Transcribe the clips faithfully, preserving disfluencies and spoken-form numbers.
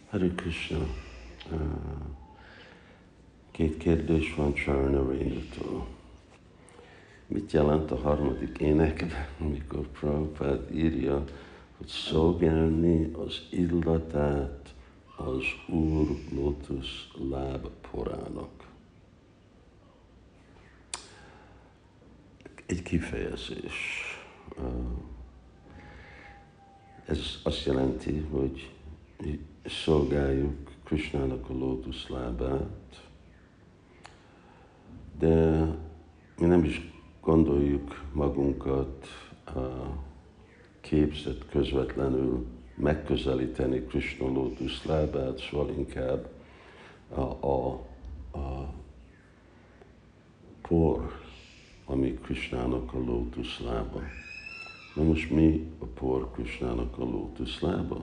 Hare Krishna. Uh, Két kérdés van Charna Rénutól. Mit jelent a harmadik énekben, amikor Prabhupád írja, hogy szolgálni az illatát az Úr lótusz láb porának? Egy kifejezés. Ez azt jelenti, hogy szolgáljuk Krishnának a lótusz lábát, de mi nem is gondoljuk magunkat uh, képzett közvetlenül megközelíteni Krishna lótusz lábát, szóval inkább a, a, a por, ami Krishnának a lótusz lába. Na most mi a por Krishnának a lótusz lába?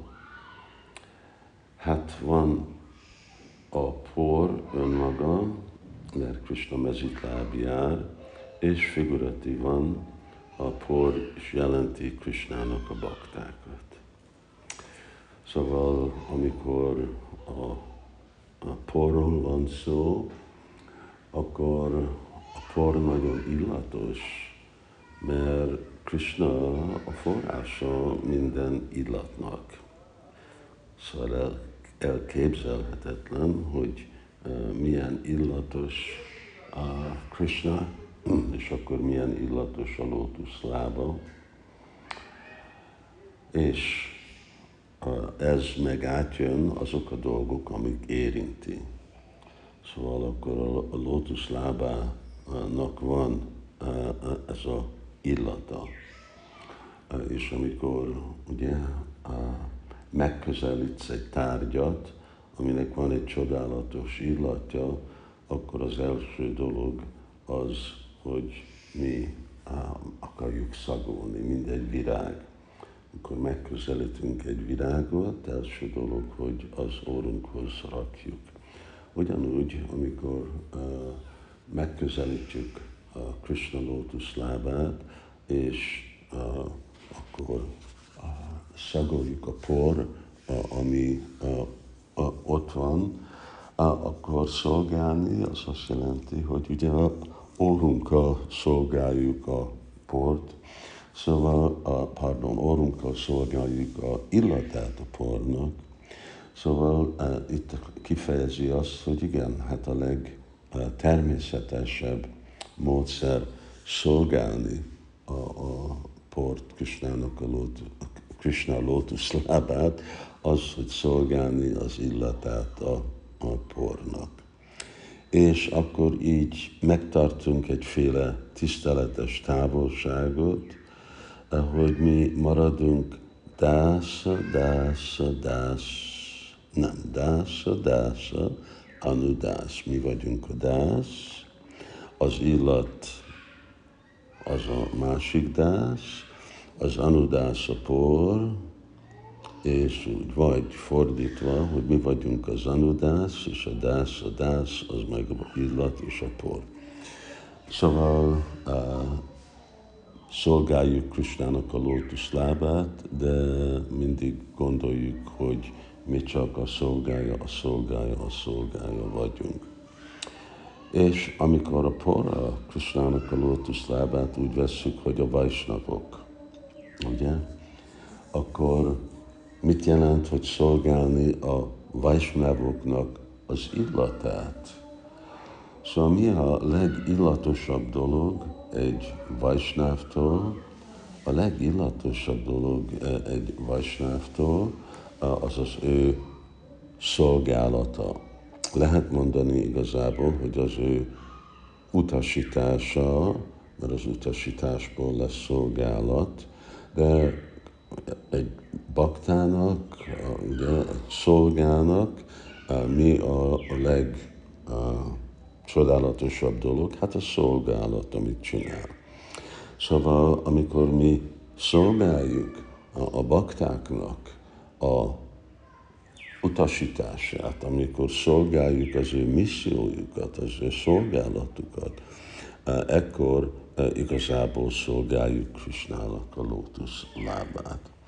Hát van a por önmaga, mert Krishna mezitláb jár, és figuratívan a por is jelenti Krishnának a baktákat. Szóval, amikor a, a porról van szó, akkor a por nagyon illatos, mert Krishna a forrása minden illatnak. Szóval el, elképzelhetetlen, hogy uh, milyen illatos a Krishna, és akkor milyen illatos a lótusz lába. És uh, ez meg átjön azok a dolgok, amik érinti. Szóval akkor a, a lótusz lábának van uh, ez a illata. Uh, és amikor ugye uh, megközelítsz egy tárgyat, aminek van egy csodálatos illatja, akkor az első dolog az, hogy mi um, akarjuk szagolni, mint egy virág. Amikor megközelítünk egy virágot, első dolog, hogy az órunkhoz rakjuk. Ugyanúgy, amikor uh, megközelítjük a Krishna lótusz lábát, és uh, akkor uh, szagoljuk a por, uh, ami uh, uh, ott van, uh, akkor szolgálni az azt jelenti, hogy ugye a órunkkal szolgáljuk a port, szóval, uh, pardon, órunkkal szolgáljuk a illatát a pornak, szóval uh, itt kifejezi azt, hogy igen, hát a legtermészetesebb módszer szolgálni a, a port, Krishnának a lót, Krishna lótusz lábát, az, hogy szolgálni az illatát a, a pornak. És akkor így megtartunk egyféle tiszteletes távolságot, hogy mi maradunk dásza, dásza, dásza, nem, dásza, dásza, anudász. Mi vagyunk a dász, az illat az a másik dász, az anudász a por, és úgy vagy fordítva, hogy mi vagyunk az anudász, és a dász, a dász, az meg a illat és a por. Szóval uh, szolgáljuk Krishnának a lótusz lábát, de mindig gondoljuk, hogy mi csak a szolgája, a szolgája, a szolgája vagyunk. És amikor a por a Krishnának a lótusz lábát úgy vesszük, hogy a vajsnavok, ugye? Akkor mit jelent, hogy szolgálni a vajsnavoknak az illatát? Szóval mi a legillatosabb dolog egy vajsnávtól? A legillatosabb dolog egy vajsnávtól az az ő szolgálata. Lehet mondani igazából, hogy az ő utasítása, mert az utasításból lesz szolgálat, de egy baktának, ugye, egy szolgának mi a, a legcsodálatosabb dolog? Hát a szolgálat, amit csinál. Szóval, amikor mi szolgáljuk a, a baktáknak a utasítását, amikor szolgáljuk az ő missziójukat, az ő szolgálatukat, ekkor igazából szolgáljuk Krishnának a lótusz lábát.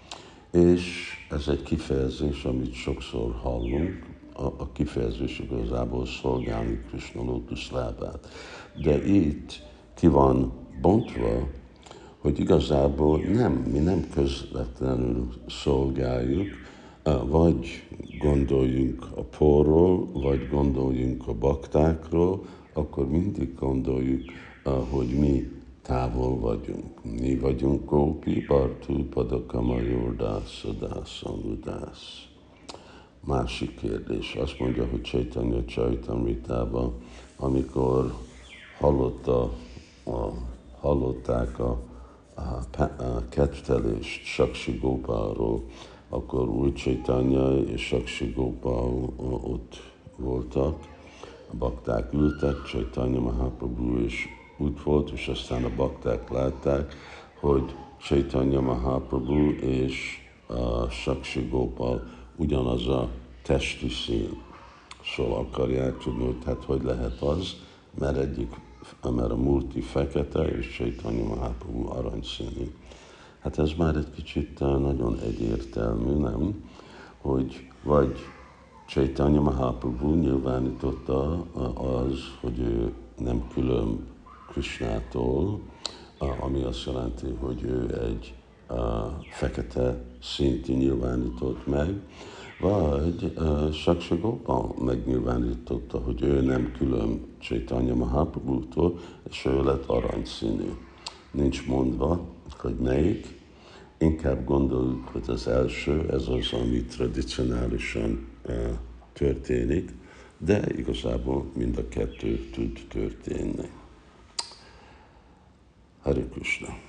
És ez egy kifejezés, amit sokszor hallunk, a, a kifejezés igazából szolgálni Krishna lótuszlábát. De itt ki van bontva, hogy igazából nem, mi nem közvetlenül szolgáljuk, vagy gondoljunk a porról, vagy gondoljunk a baktákról, akkor mindig gondoljuk, hogy mi távol vagyunk. Mi vagyunk Gópi, Bartú, Padakama, Jordász, Szadász, Másik kérdés. Azt mondja, hogy Chaitanya Charitamritában, amikor hallotta, a, hallották a, a, a kedvtelést Saksi Gopalról, akkor új Chaitanya és Saksi Gopal ott voltak, a bakták ültek, Chaitanya Mahaprabhu is úgy volt, és aztán a bakták látták, hogy Chaitanya Mahaprabhu és a Saksi Gopal ugyanaz a testi szín. Szóval akarják tudni, hogy hát hogy lehet az, mert egyik, mert a Murti fekete, és Chaitanya Mahaprabhu aranyszínű. Hát ez már egy kicsit nagyon egyértelmű, nem? Hogy vagy Chaitanya Mahaprabhu nyilvánította az, hogy ő nem külön Krishnától, ami azt jelenti, hogy ő egy fekete szintű nyilvánított meg, vagy uh, Saksi Gopal megnyilvánította, hogy ő nem külön Chaitanya Mahaprabhutól, és ő lett aranyszínű. Nincs mondva, hogy melyik, inkább gondoljuk, hogy az első, ez az, ami tradicionálisan uh, történik, de igazából mind a kettő tud történni. Hare Krishna.